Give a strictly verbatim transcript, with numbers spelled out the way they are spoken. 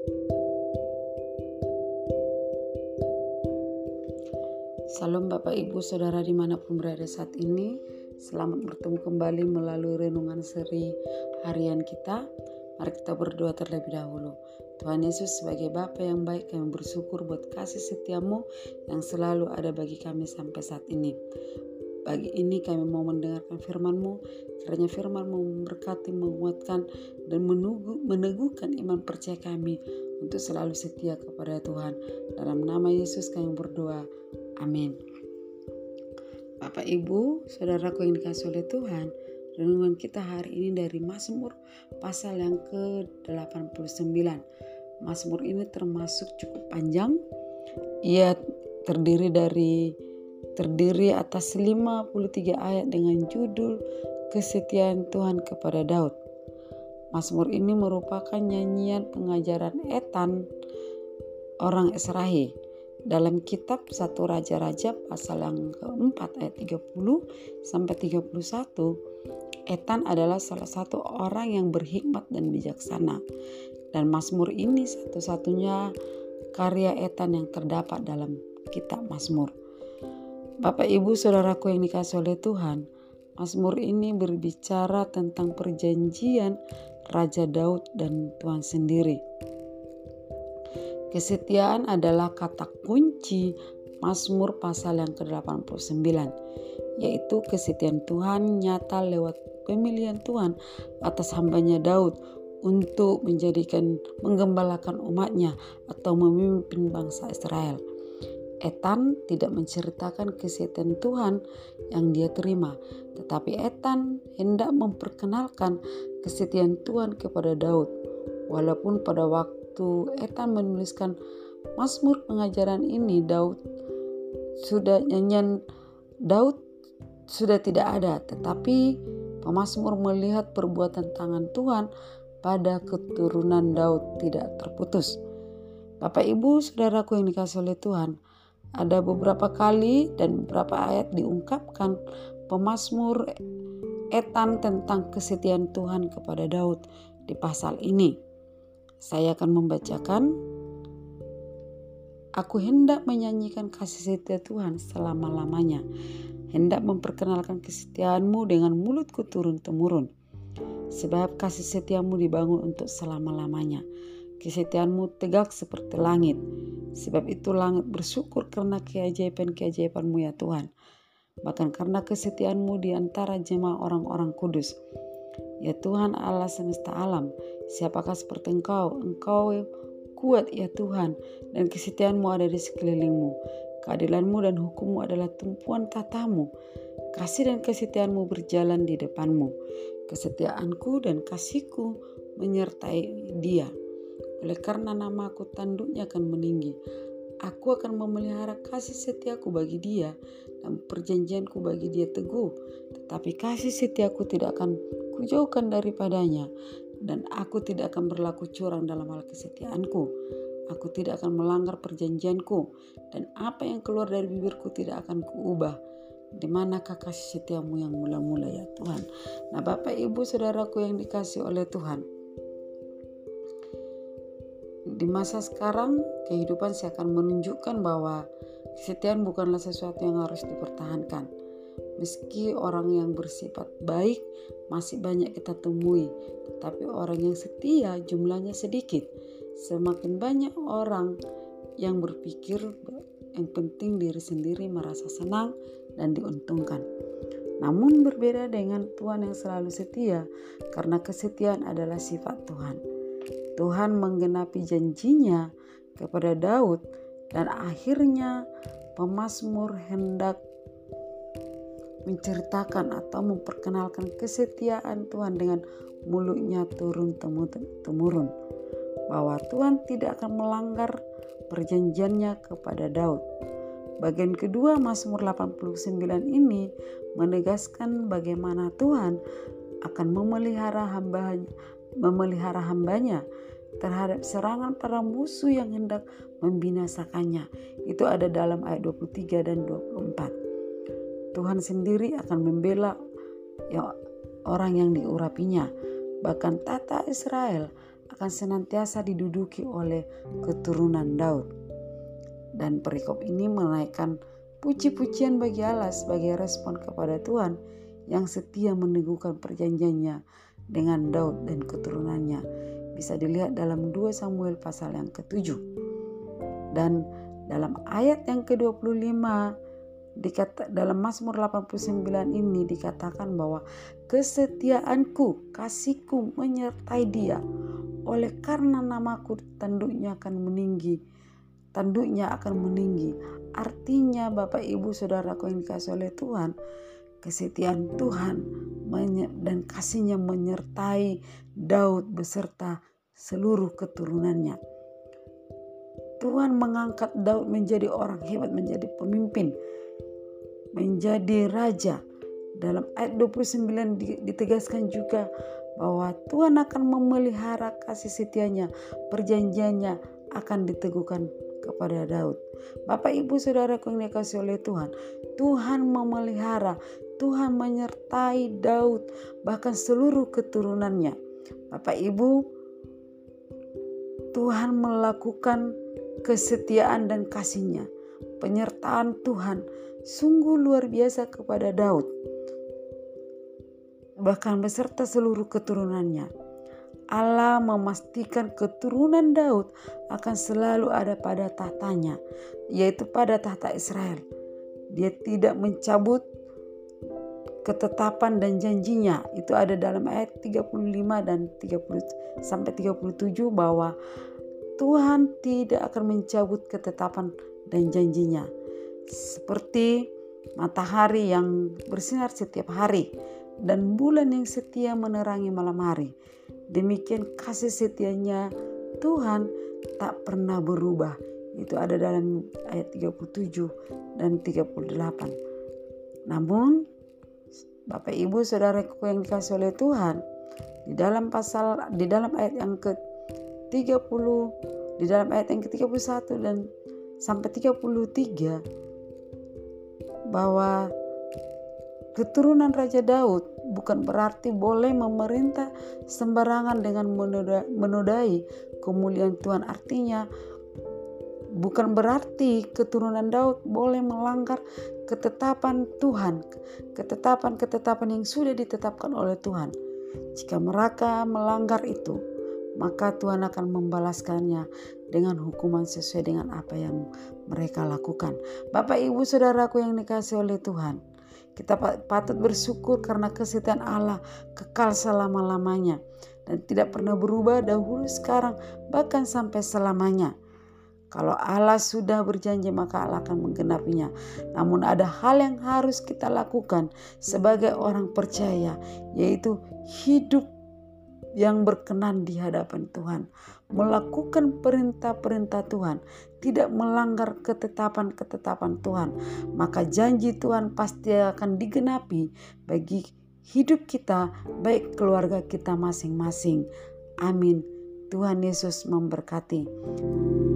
Salam Bapak Ibu Saudara dimanapun berada saat ini. Selamat bertemu kembali melalui renungan seri harian kita. Mari kita berdoa terlebih dahulu. Tuhan Yesus, sebagai Bapa yang baik, kami bersyukur buat kasih setiamu yang selalu ada bagi kami sampai saat ini. Pagi ini kami mau mendengarkan firman-Mu, kiranya firman-Mu memberkati, menguatkan, dan menunggu, meneguhkan iman percaya kami untuk selalu setia kepada Tuhan. Dalam nama Yesus kami berdoa. Amin. Bapak Ibu, saudaraku yang dikasihi oleh Tuhan, renungan kita hari ini dari Mazmur pasal yang ke delapan puluh sembilan. Mazmur ini termasuk cukup panjang. Ia terdiri dari terdiri atas lima puluh tiga ayat dengan judul Kesetiaan Tuhan kepada Daud. Mazmur ini merupakan nyanyian pengajaran Etan, orang Israel. Dalam kitab satu Raja-Raja pasal yang keempat ayat tiga puluh sampai tiga puluh satu, Etan adalah salah satu orang yang berhikmat dan bijaksana. Dan Mazmur ini satu-satunya karya Etan yang terdapat dalam kitab Mazmur. Bapak Ibu Saudaraku yang dikasihi oleh Tuhan, Mazmur ini berbicara tentang perjanjian Raja Daud dan Tuhan sendiri. Kesetiaan adalah kata kunci Mazmur pasal yang ke delapan puluh sembilan, yaitu kesetiaan Tuhan nyata lewat pemilihan Tuhan atas hambanya Daud untuk menjadikan menggembalakan umatnya atau memimpin bangsa Israel. Etan tidak menceritakan kesetiaan Tuhan yang dia terima, tetapi Etan hendak memperkenalkan kesetiaan Tuhan kepada Daud. Walaupun pada waktu Etan menuliskan Mazmur pengajaran ini, Daud sudah nyanyian Daud sudah tidak ada, tetapi pemazmur melihat perbuatan tangan Tuhan pada keturunan Daud tidak terputus. Bapak Ibu Saudaraku yang dikasihi oleh Tuhan, ada beberapa kali dan beberapa ayat diungkapkan pemazmur Etan tentang kesetiaan Tuhan kepada Daud di pasal ini. Saya akan membacakan. Aku hendak menyanyikan kasih setia Tuhan selama-lamanya, hendak memperkenalkan kesetiaanmu dengan mulutku turun-temurun. Sebab kasih setiamu dibangun untuk selama-lamanya, kesetiaanmu tegak seperti langit. Sebab itu langit bersyukur karena keajaiban-keajaibanmu ya Tuhan, bahkan karena kesetiaanmu di antara jemaah orang-orang kudus. Ya Tuhan Allah semesta alam, siapakah seperti Engkau? Engkau kuat ya Tuhan, dan kesetiaanmu ada di sekelilingmu. Keadilanmu dan hukummu adalah tumpuan tatamu. Kasih dan kesetiaanmu berjalan di depanmu. Kesetiaanku dan kasihku menyertai dia. Oleh karena namaku tanduknya akan meninggi. Aku akan memelihara kasih setiaku bagi dia dan perjanjianku bagi dia teguh. Tetapi kasih setiaku tidak akan kujauhkan daripadanya, dan aku tidak akan berlaku curang dalam hal kesetiaanku. Aku tidak akan melanggar perjanjianku, dan apa yang keluar dari bibirku tidak akan kuubah. Di manakah kasih setiamu yang mula-mula ya Tuhan? Nah Bapak Ibu Saudaraku yang dikasihi oleh Tuhan, di masa sekarang kehidupan seakan menunjukkan bahwa kesetiaan bukanlah sesuatu yang harus dipertahankan. Meski orang yang bersifat baik masih banyak kita temui, tetapi orang yang setia jumlahnya sedikit. Semakin banyak orang yang berpikir yang penting diri sendiri merasa senang dan diuntungkan. Namun berbeda dengan Tuhan yang selalu setia, karena kesetiaan adalah sifat Tuhan. Tuhan menggenapi janjinya kepada Daud, dan akhirnya pemazmur hendak menceritakan atau memperkenalkan kesetiaan Tuhan dengan mulutnya turun-temurun, bahwa Tuhan tidak akan melanggar perjanjiannya kepada Daud. Bagian kedua Mazmur delapan puluh sembilan ini menegaskan bagaimana Tuhan akan memelihara hamba memelihara hambanya terhadap serangan para musuh yang hendak membinasakannya. Itu ada dalam ayat dua puluh tiga dan dua puluh empat. Tuhan sendiri akan membela ya, orang yang diurapinya. Bahkan tata Israel akan senantiasa diduduki oleh keturunan Daud. Dan perikop ini menaikkan puji-pujian bagi Allah sebagai respon kepada Tuhan yang setia meneguhkan perjanjiannya dengan Daud dan keturunannya. Bisa dilihat dalam dua Samuel pasal yang ketujuh. Dan dalam ayat yang ke dua puluh lima, dikata, dalam Mazmur delapan puluh sembilan ini dikatakan bahwa kesetiaanku, kasihku menyertai dia. Oleh karena namaku tanduknya akan meninggi. Tanduknya akan meninggi. Artinya Bapak Ibu Saudaraku yang dikasihi oleh Tuhan, kesetiaan Tuhan dan kasihnya menyertai Daud beserta seluruh keturunannya. Tuhan mengangkat Daud menjadi orang hebat, menjadi pemimpin, menjadi raja. Dalam ayat dua puluh sembilan ditegaskan juga bahwa Tuhan akan memelihara kasih setianya, perjanjiannya akan diteguhkan kepada Daud. Bapak Ibu Saudaraku yang dikasihi oleh Tuhan, Tuhan memelihara, Tuhan menyertai Daud, bahkan seluruh keturunannya. Bapak Ibu, Tuhan melakukan kesetiaan dan kasihnya. Penyertaan Tuhan sungguh luar biasa kepada Daud, bahkan beserta seluruh keturunannya. Allah memastikan keturunan Daud akan selalu ada pada tahtanya, yaitu pada tahta Israel. Dia tidak mencabut ketetapan dan janjinya. Itu ada dalam ayat tiga puluh lima dan tiga puluh sampai tiga puluh tujuh bahwa Tuhan tidak akan mencabut ketetapan dan janjinya. Seperti matahari yang bersinar setiap hari dan bulan yang setia menerangi malam hari. Demikian kasih setianya Tuhan tak pernah berubah. Itu ada dalam ayat tiga puluh tujuh dan tiga puluh delapan. Namun Bapak Ibu Saudaraku yang dikasihi oleh Tuhan, di dalam pasal di dalam ayat yang ke tiga puluh, di dalam ayat yang ke tiga puluh satu dan sampai tiga puluh tiga, bahwa keturunan Raja Daud bukan berarti boleh memerintah sembarangan dengan menodai kemuliaan Tuhan. Artinya bukan berarti keturunan Daud boleh melanggar ketetapan Tuhan, ketetapan-ketetapan yang sudah ditetapkan oleh Tuhan. Jika mereka melanggar itu, maka Tuhan akan membalaskannya dengan hukuman sesuai dengan apa yang mereka lakukan. Bapak Ibu Saudaraku yang dikasihi oleh Tuhan, kita patut bersyukur karena kesetiaan Allah kekal selama-lamanya dan tidak pernah berubah dahulu, sekarang, bahkan sampai selamanya. Kalau Allah sudah berjanji maka Allah akan menggenapinya. Namun ada hal yang harus kita lakukan sebagai orang percaya, yaitu hidup yang berkenan di hadapan Tuhan, melakukan perintah-perintah Tuhan, tidak melanggar ketetapan-ketetapan Tuhan, maka janji Tuhan pasti akan digenapi bagi hidup kita, baik keluarga kita masing-masing. Amin. Tuhan Yesus memberkati.